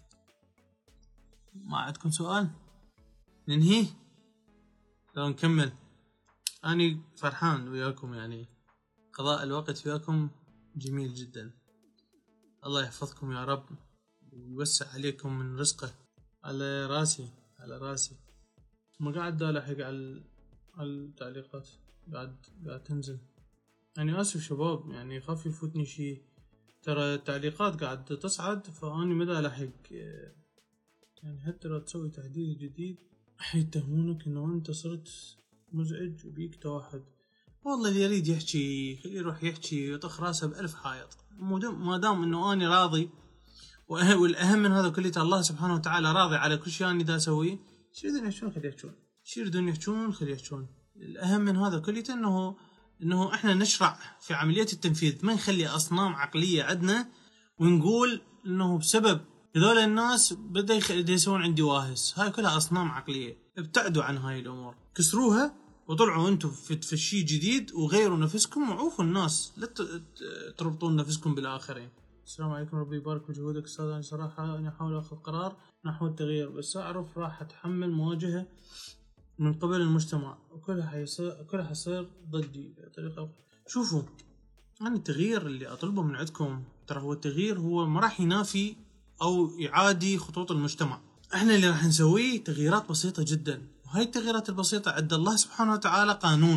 ما عندكم سؤال؟ ننهي؟ لو نكمل. أنا فرحان وياكم، يعني قضاء الوقت وياكم جميل جدا. الله يحفظكم يا رب ويوسع عليكم من رزقه. على راسي على راسي. ما قاعد ألحق على التعليقات، قاعد تنزل. يعني آسف شباب، يعني خاف يفوتني شيء، ترى التعليقات قاعد تصعد فأني مدى لحق. يعني حتى لو تسوي تحديث جديد حيتهمونك انه انت صرت مزعج وبيك توحد. والله اللي يريد يحكي خليه يروح يحكي ويطخ راسه بألف حائط، ما دام انه اني راضي. والاهم من هذا كله الله سبحانه وتعالى راضي على كل شيء اني دا اسويه. شو يريدون يحكون خليه يحكون، شو يريدون يحكون خليه يحكون. الاهم من هذا كله انه احنا نشرع في عملية التنفيذ، ما نخلي اصنام عقلية عندنا ونقول انه بسبب هذول الناس بدأ يسوون عندي واهس. هاي كلها اصنام عقلية، ابتعدوا عن هاي الامور، كسروها وطلعوا انتم في شيء جديد وغيروا نفسكم وعوفوا الناس، لا تربطون نفسكم بالاخرين. السلام عليكم، ربي يبارك بجهودك استاذ. انا صراحة انا احاول اخذ قرار نحو التغيير، بس اعرف راح اتحمل مواجهة من قبل المجتمع وكلها حيصير ضدي بطريقة. شوفوا، أنا التغيير اللي أطلبه من عندكم ترى هو التغيير هو ما راح ينافي أو يعادي خطوط المجتمع. احنا اللي راح نسويه تغييرات بسيطة جدا، وهاي التغييرات البسيطة عند الله سبحانه وتعالى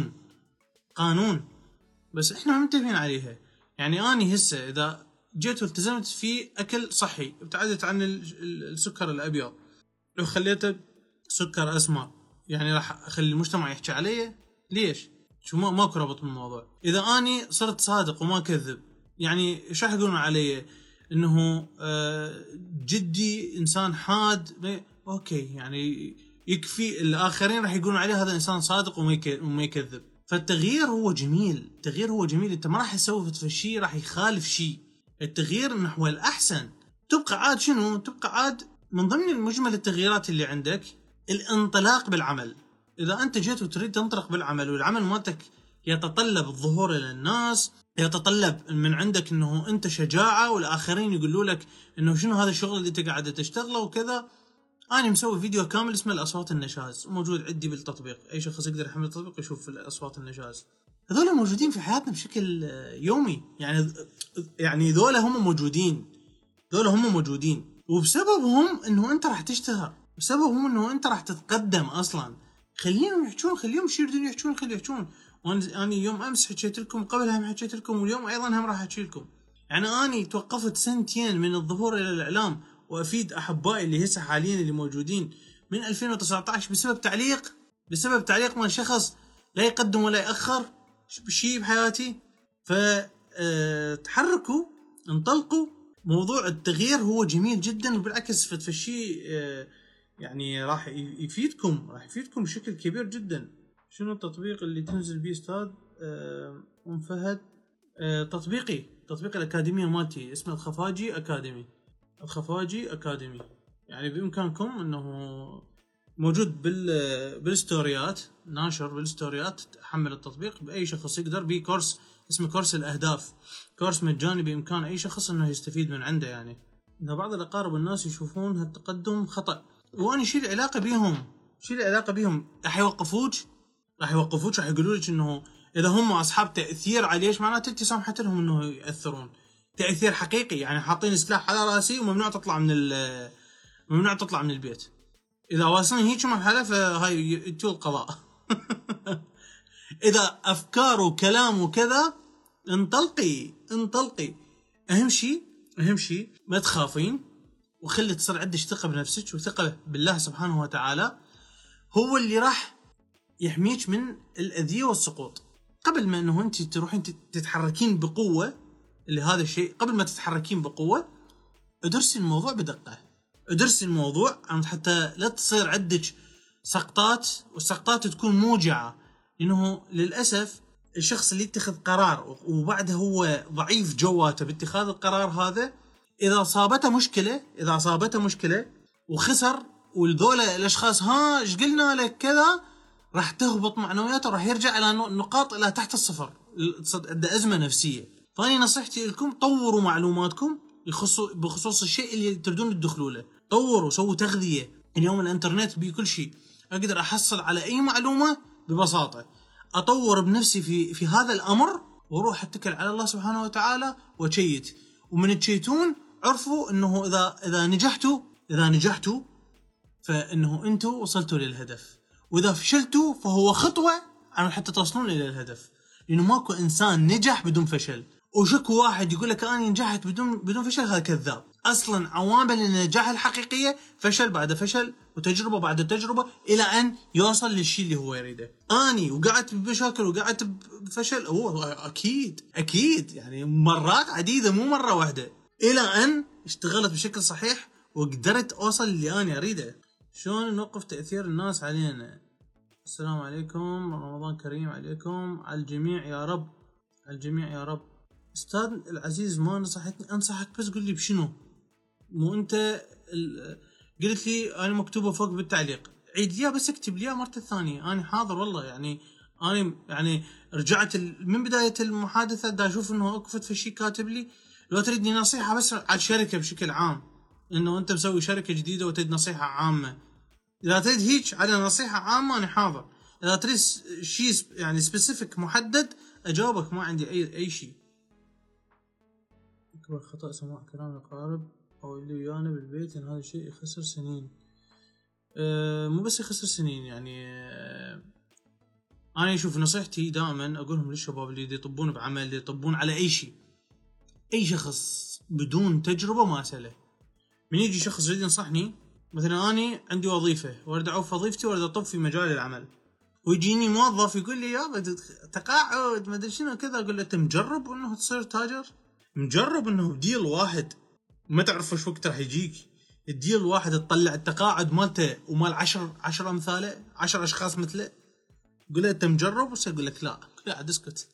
قانون بس احنا ما منتبهين عليها. يعني أنا هسه إذا جيت والتزمت في أكل صحي، ابتعدت عن السكر الأبيض وخليته سكر أسمر، يعني راح أخلي المجتمع يحكي علي؟ ليش؟ شو ماكو ربط بالموضوع. إذا أني صرت صادق وما كذب، يعني شو راح يقولون علي؟ إنه جدي إنسان حاد. أوكي، يعني يكفي الآخرين راح يقولون عليه هذا إنسان صادق وما يكذب. فالتغيير هو جميل، التغيير هو جميل. أنت ما راح تسوي في شيء راح يخالف شيء. التغيير نحو الأحسن. تبقى عاد شنو؟ تبقى عاد من ضمن المجمل التغييرات اللي عندك الانطلاق بالعمل. إذا أنت جيت وتريد تنطلق بالعمل والعمل مالتك يتطلب الظهور للناس، يتطلب من عندك أنه أنت شجاعة والآخرين يقولوا لك أنه شنو هذا الشغل اللي أنت قاعد تشتغله وكذا. أنا مسوي فيديو كامل اسمه الأصوات النشاز، موجود عندي بالتطبيق، أي شخص يقدر يحمل التطبيق يشوف الأصوات النشاز. هذول موجودين في حياتنا بشكل يومي، يعني ذولا هم موجودين وبسببهم أنه أنت راح تشتهر، بسببهم أنه أنت راح تتقدم أصلا. خليهم يحجون، خليهم يشيرون يحجون، خليهم يحجون. وأنا يوم أمس حكيت لكم، قبلها هم حكيت لكم، واليوم أيضا هم راح أحكي لكم. يعني أنا توقفت سنتين من الظهور إلى الإعلام وأفيد أحبائي اللي هسه حاليا اللي موجودين من 2019 بسبب تعليق من شخص لا يقدم ولا يأخر بشيء بحياتي. فتحركوا، انطلقوا. موضوع التغيير هو جميل جدا، وبالعكس في الشيء يعني راح يفيدكم بشكل كبير جدا. شنو التطبيق اللي تنزل بيه استاذ أم فهد؟ تطبيق الأكاديمية مالتي اسمه الخفاجي أكاديمي. يعني بإمكانكم أنه موجود بالستوريات، ناشر بالستوريات. حمل التطبيق بأي شخص يقدر، بيه كورس اسمه كورس الأهداف، كورس مجاني بإمكان أي شخص أنه يستفيد من عنده. يعني إن بعض الأقارب والناس يشوفون هالتقدم خطأ، وأنا شيل علاقة بيهم. راح يوقفوك، راح يقولوا لك إنه إذا هم أصحاب تأثير عليش معناته أنت سامحت لهم إنه يأثرون تأثير حقيقي. يعني حاطين سلاح على رأسي وممنوع تطلع من البيت. إذا واصلين هيك مرحلة فهاي يتو القضاء. إذا أفكار وكلام وكذا انطلقي. أهم شيء ما تخافين، وخلي تصير عندك ثقة بنفسك وثقة بالله سبحانه وتعالى، هو اللي راح يحميك من الأذية والسقوط. قبل ما أنه أنت تروحين تتحركين بقوة، اللي هذا الشيء قبل ما تتحركين بقوة ادرسي الموضوع بدقة، ادرسي الموضوع حتى لا تصير عندك سقطات، والسقطات تكون موجعة. لأنه للأسف الشخص اللي يتخذ قرار وبعدها هو ضعيف جواته باتخاذ القرار هذا، إذا أصابته مشكلة وخسر، والذولة الأشخاص إيش قلنا لك كذا، راح تهبط معنوياته، راح يرجع إلى نقاط إلى تحت الصفر، عنده أزمة نفسية. فأني نصيحتي لكم طوروا معلوماتكم بخصوص الشيء اللي تريدون تدخلوا له. طوروا، سووا تغذية. اليوم الانترنت بكل شيء، أقدر أحصل على أي معلومة ببساطة، أطور بنفسي في هذا الأمر، وروح أتكل على الله سبحانه وتعالى وشيت. ومن تشيتون عرفوا أنه إذا نجحتوا فإنه أنتوا وصلتوا للهدف، وإذا فشلتوا فهو خطوة عن حتى توصلون إلى الهدف. لأنه ماكو إنسان نجح بدون فشل. وشكو واحد يقول لك أنا نجحت بدون فشل، هذا كذاب. أصلا عوامل النجاح الحقيقية فشل بعد فشل وتجربة بعد تجربة إلى أن يوصل للشيء اللي هو يريده. أني وقعت بمشاكل وقعت بفشل، هو أكيد يعني مرات عديدة مو مرة واحدة، إلى أن اشتغلت بشكل صحيح وقدرت أوصل اللي أنا أريده. شلون نوقف تأثير الناس علينا؟ السلام عليكم، رمضان كريم عليكم، على الجميع يا رب، على الجميع يا رب. أستاذ العزيز ما نصحتني أنصحك، بس قل لي بشنو؟ مو أنت قلت لي أنا مكتوبة فوق بالتعليق، عيد لي بس اكتب لي مرة الثانية، أنا حاضر والله. يعني رجعت من بداية المحادثة دا أشوف إنه أوقفت في شيء كاتب لي. لو تريدني نصيحة بس على الشركة بشكل عام، إنه أنت مسوي شركة جديدة وتريد نصيحة عامة، إذا تريد هيك على نصيحة عامة أنا حاضر. إذا تريد شيء يعني سبيسيفيك محدد أجاوبك، ما عندي أي شيء. أكبر خطأ سماع كلام الأقارب أو اللي ويانا بالبيت، إن هذا الشيء يخسر سنين. مو بس يخسر سنين، يعني أنا أشوف نصيحتي دائما أقولهم للشباب اللي يطبون بعمل، اللي يطبون على أي شيء، أي شخص بدون تجربة ما أسأله. من يجي شخص يريد ينصحني، مثلا أنا عندي وظيفة وارد أعوف وظيفتي وارد أطب في مجال العمل، ويجيني موظف يقول لي يا تقاعد ما أدري شنو كذا، أقول له أنت مجرب إنه تصير تاجر؟ مجرب إنه ديل واحد ما تعرف إيش وقت راح يجيك، الديل واحد تطلع التقاعد مالته ومال 10 أمثاله، 10 أشخاص مثله، قل له أنت مجرب؟ وسيقول لك لا، قاعد اسكت.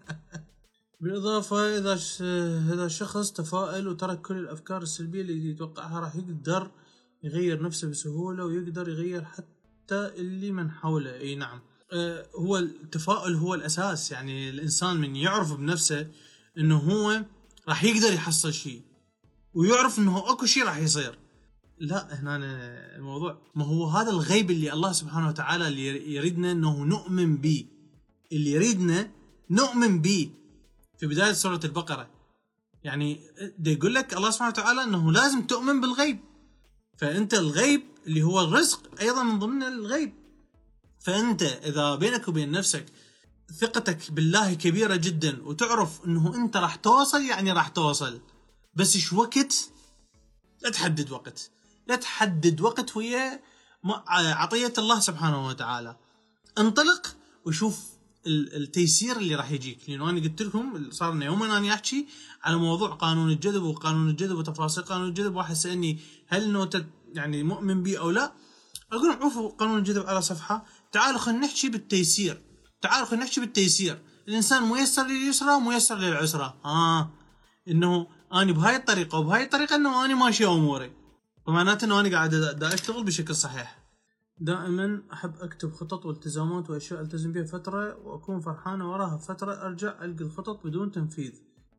بالإضافة إذا شخص تفائل وترك كل الأفكار السلبية اللي يتوقعها، راح يقدر يغير نفسه بسهولة، ويقدر يغير حتى اللي من حوله. أي نعم، هو التفاؤل هو الأساس. يعني الإنسان من يعرف بنفسه إنه هو راح يقدر يحصل شيء، ويعرف إنه أكو شيء راح يصير، لا هنا الموضوع ما هو هذا الغيب اللي الله سبحانه وتعالى اللي يريدنا إنه نؤمن به، اللي يريدنا نؤمن به في بداية سورة البقرة. يعني ده يقول لك الله سبحانه وتعالى أنه لازم تؤمن بالغيب، فأنت الغيب اللي هو الرزق أيضا من ضمن الغيب. فأنت إذا بينك وبين نفسك ثقتك بالله كبيرة جدا، وتعرف أنه أنت راح توصل، يعني راح توصل، بس إيش وقت؟ لا تحدد وقت ويا عطية الله سبحانه وتعالى. انطلق وشوف التيسير اللي راح يجيك. لأنه أنا قلت لكم صار لنا يومين أنا أحكي على موضوع قانون الجذب وتفاصيل قانون الجذب. واحد سألني هل إنه يعني مؤمن بي أو لا؟ أقول عوفوا قانون الجذب على صفحة، تعالوا خلينا نحكي بالتيسير. الإنسان ميسر لليسرى وميسر للعسرى. إنه أنا بهاي الطريقة وبهاي الطريقة إنه أنا ماشي أموري، فمعناته إنه أنا قاعد أشتغل بشكل صحيح. دائما أحب أكتب خطط والتزامات وأشياء ألتزم بها فترة وأكون فرحانة وراها فترة، أرجع ألقى الخطط بدون تنفيذ.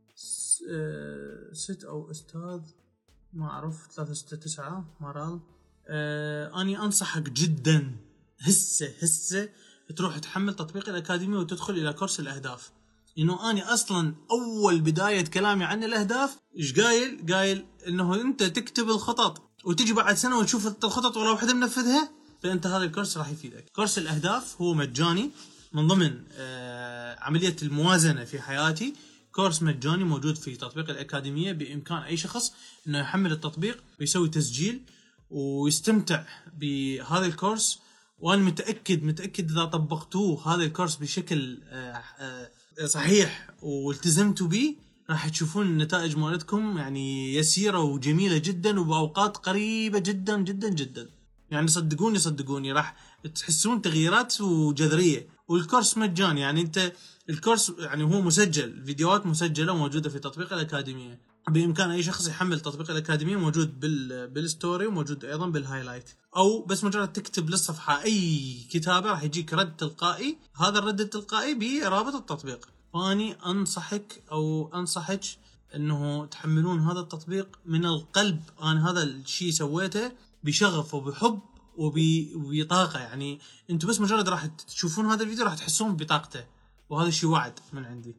ست أو أستاذ ما أعرف 369 مرال. أني أنصحك جدا هسه تروح تحمل تطبيق الأكاديمية وتدخل إلى كورس الأهداف. إنه أنا أصلا أول بداية كلامي عن الأهداف إيش قايل إنه أنت تكتب الخطط وتجي بعد سنة وتشوف الخطط ولا واحدة منفذها، فأنت هذا الكورس راح يفيدك. كورس الأهداف هو مجاني من ضمن عملية الموازنة في حياتي. كورس مجاني موجود في تطبيق الأكاديمية، بإمكان أي شخص إنه يحمل التطبيق ويسوي تسجيل ويستمتع بهذا الكورس. وأنا متأكد إذا طبقتوه هذا الكورس بشكل صحيح والتزمتوا به، راح تشوفون النتائج مالتكم يعني يسيرة وجميلة جدا وبأوقات قريبة جدا جدا جدا. يعني صدقوني راح تحسون تغييرات وجذرية. والكورس مجاني، يعني انت الكورس يعني هو مسجل، فيديوهات مسجلة موجودة في تطبيق الأكاديمية. بإمكان أي شخص يحمل تطبيق الأكاديمية، موجود بالستوري وموجود أيضا بالهايلايت، أو بس مجرد تكتب للصفحة أي كتابة راح يجيك رد تلقائي. هذا الرد التلقائي برابط التطبيق. فأني أنصحك أنه تحملون هذا التطبيق من القلب. أنا هذا الشيء سويته بشغف وبحب وبطاقة. يعني أنتوا بس مجرد راح تشوفون هذا الفيديو راح تحسون بطاقته، وهذا الشيء وعد من عندي.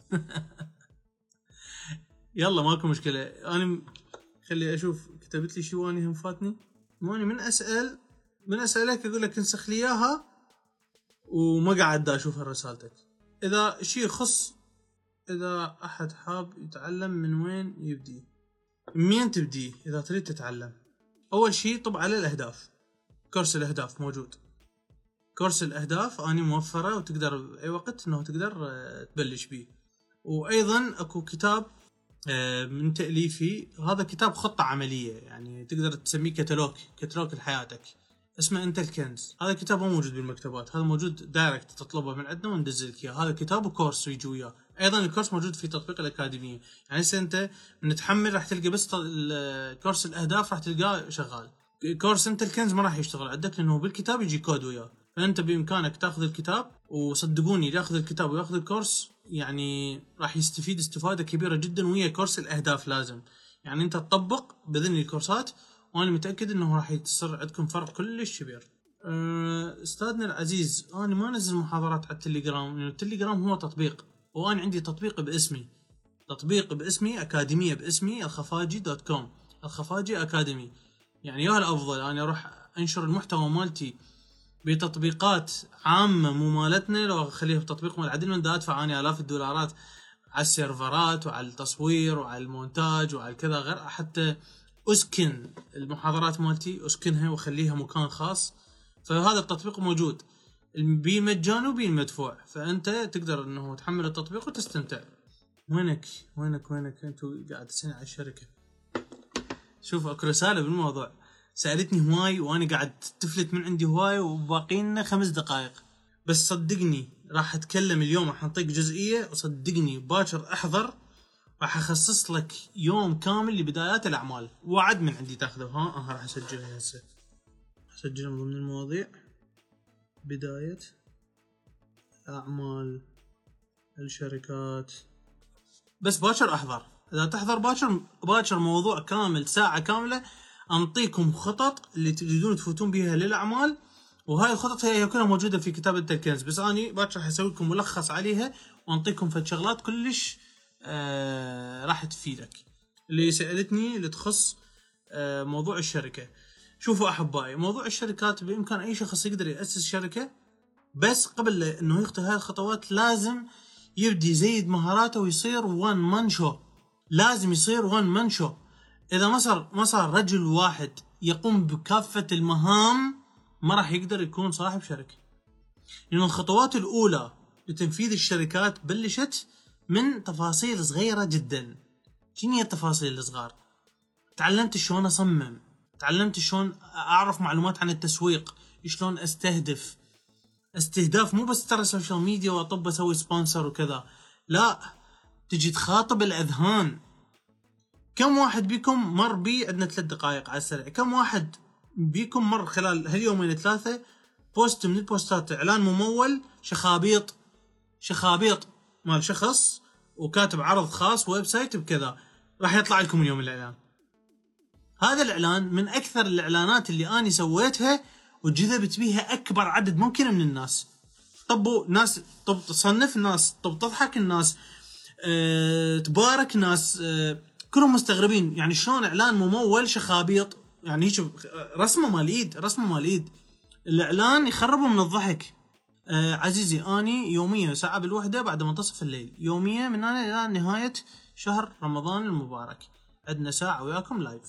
يلا ماكو مشكلة. أنا خلي أشوف كتبت لي شو أنا هم فاتني. ماني من أسألك أقول لك انسخ لي إياها وما قاعد أشوف رسالتك. إذا شيء يخص، إذا أحد حاب يتعلم من وين يبدي، مين تبدي إذا تريد تتعلم؟ أول شيء طب على الأهداف. كورس الأهداف موجود. كورس الأهداف أنا موفرة وتقدر بأي وقت إنه تقدر تبلش بيه. وأيضا أكو كتاب من تأليفي. هذا كتاب خطة عملية، يعني تقدر تسميه كتالوج لحياتك، اسمه أنت الكنز. هذا الكتاب مو موجود بالمكتبات، هذا موجود دايركت تطلبه من عندنا وندزلك إياه. هذا كتاب وكورس ويجي وياه. أيضا الكورس موجود في تطبيق الأكاديمية. يعني هسه أنت من تحمل راح تلقى بس كورس الأهداف راح تلقاه شغال. كورس أنت الكنز ما راح يشتغل عندك لأنه بالكتاب يجي كود وياه. فأنت بإمكانك تأخذ الكتاب، وصدقوني ياخذ الكتاب وياخذ الكورس يعني راح يستفيد استفادة كبيرة جدا. وهي كورس الأهداف لازم يعني أنت تطبق بذن الكورسات، وأنا متأكد أنه راح يصير عندكم فرق كلش كبير. أستاذنا العزيز، أنا ما أنزل محاضرات على التليجرام لأن التليجرام هو تطبيق، وأنا عندي تطبيق باسمي أكاديمية باسمي الخفاجي.com. الخفاجي أكاديمي. يعني يا الأفضل أنا أروح أنشر المحتوى مالتي بتطبيقات عامة مو مالتنا. لو أخليها بتطبيق مال عدل من دا أدفع أنا آلاف الدولارات على السيرفرات وعلى التصوير وعلى المونتاج وعلى كذا، غير حتى أسكن المحاضرات مالتي، أسكنها وخليها مكان خاص. فهذا التطبيق موجود بمجان وبالمدفوع، فأنت تقدر أنه تحمل التطبيق وتستمتع. وينك أنتوا قاعد تسألني على الشركة. شوف أكو رسالة بالموضوع سألتني هواي وأنا قاعد تفلت من عندي هواي وباقينا 5 دقائق بس. صدقني راح أتكلم اليوم، راح نعطيك جزئية، وصدقني باكر أحضر راح أخصص لك يوم كامل لبدايات الأعمال. وعد من عندي تاخذه. راح أسجلها هسه، أسجلها من ضمن المواضيع. بداية أعمال الشركات. بس باكر أحضر. إذا تحضر باكر موضوع كامل ساعة كاملة أنطيكم خطط اللي تريدون تفوتون بها للأعمال. وهاي الخطط هي كلها موجودة في كتاب الكنز، بس أنا باكر حسوي لكم ملخص عليها وأنطيكم فد شغلات كلش راح تفيدك. اللي سألتني اللي تخص موضوع الشركة. شوفوا أحبائي، موضوع الشركات بإمكان أي شخص يقدر يأسس شركة، بس قبل إنه يخطي هاي الخطوات لازم يبدي يزيد مهاراته ويصير وان مان شو. لازم يصير وان مان شو. إذا ما صار رجل واحد يقوم بكافة المهام ما راح يقدر يكون صاحب شركة. لأن الخطوات الأولى لتنفيذ الشركات بلشت من تفاصيل صغيرة جدا. شنو هي التفاصيل الصغار؟ تعلمت شلون أصمم، تعلمت شلون أعرف معلومات عن التسويق، شلون استهداف مو بس ترى سوشيال ميديا وأطب أسوي سبونسر وكذا، لا، تجي تخاطب الأذهان. كم واحد بيكم مر بي؟ عندنا 3 دقائق على السريع. كم واحد بيكم مر خلال هاليومين 3 بوست من البوستات إعلان ممول شخابيط مال شخص وكاتب عرض خاص ويب سايت بكذا، راح يطلع لكم اليوم الإعلان. هذا الإعلان من أكثر الإعلانات اللي أنا سويتها وجذبت بيها أكبر عدد ممكن من الناس. طبوا ناس، طب تصنف الناس، طب تضحك الناس، تبارك ناس، كلهم مستغربين يعني شلون إعلان ممول شخابيط. يعني شوف رسمه مال ايد الإعلان يخربوا من الضحك. عزيزي أني يوميا ساعة بالوحدة بعد منتصف الليل يوميا من هنا إلى نهاية شهر رمضان المبارك عندنا ساعة وياكم لايف.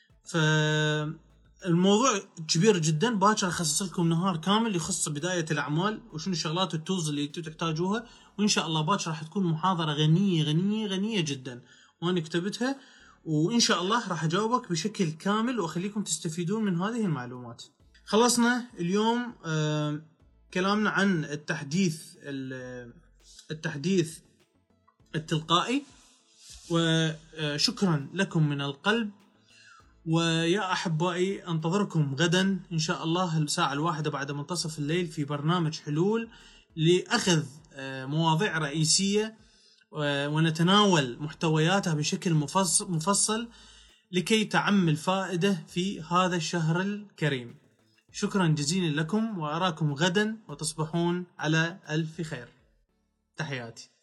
فالموضوع كبير جدا. باكر أخصص لكم نهار كامل يخص بداية الأعمال وشنو الشغلات والتولز اللي انتم تحتاجوها وإن شاء الله باكر راح تكون محاضرة غنية غنية غنية جدا، وأنا كتبتها، وإن شاء الله راح أجاوبك بشكل كامل وأخليكم تستفيدون من هذه المعلومات. خلصنا اليوم كلامنا عن التحديث التلقائي، وشكرا لكم من القلب. ويا أحبائي أنتظركم غدا إن شاء الله الساعة 1 بعد منتصف الليل في برنامج حلول لأخذ مواضيع رئيسية ونتناول محتوياتها بشكل مفصل لكي تعم الفائدة في هذا الشهر الكريم. شكرا جزيلا لكم، وأراكم غدا وتصبحون على ألف خير. تحياتي.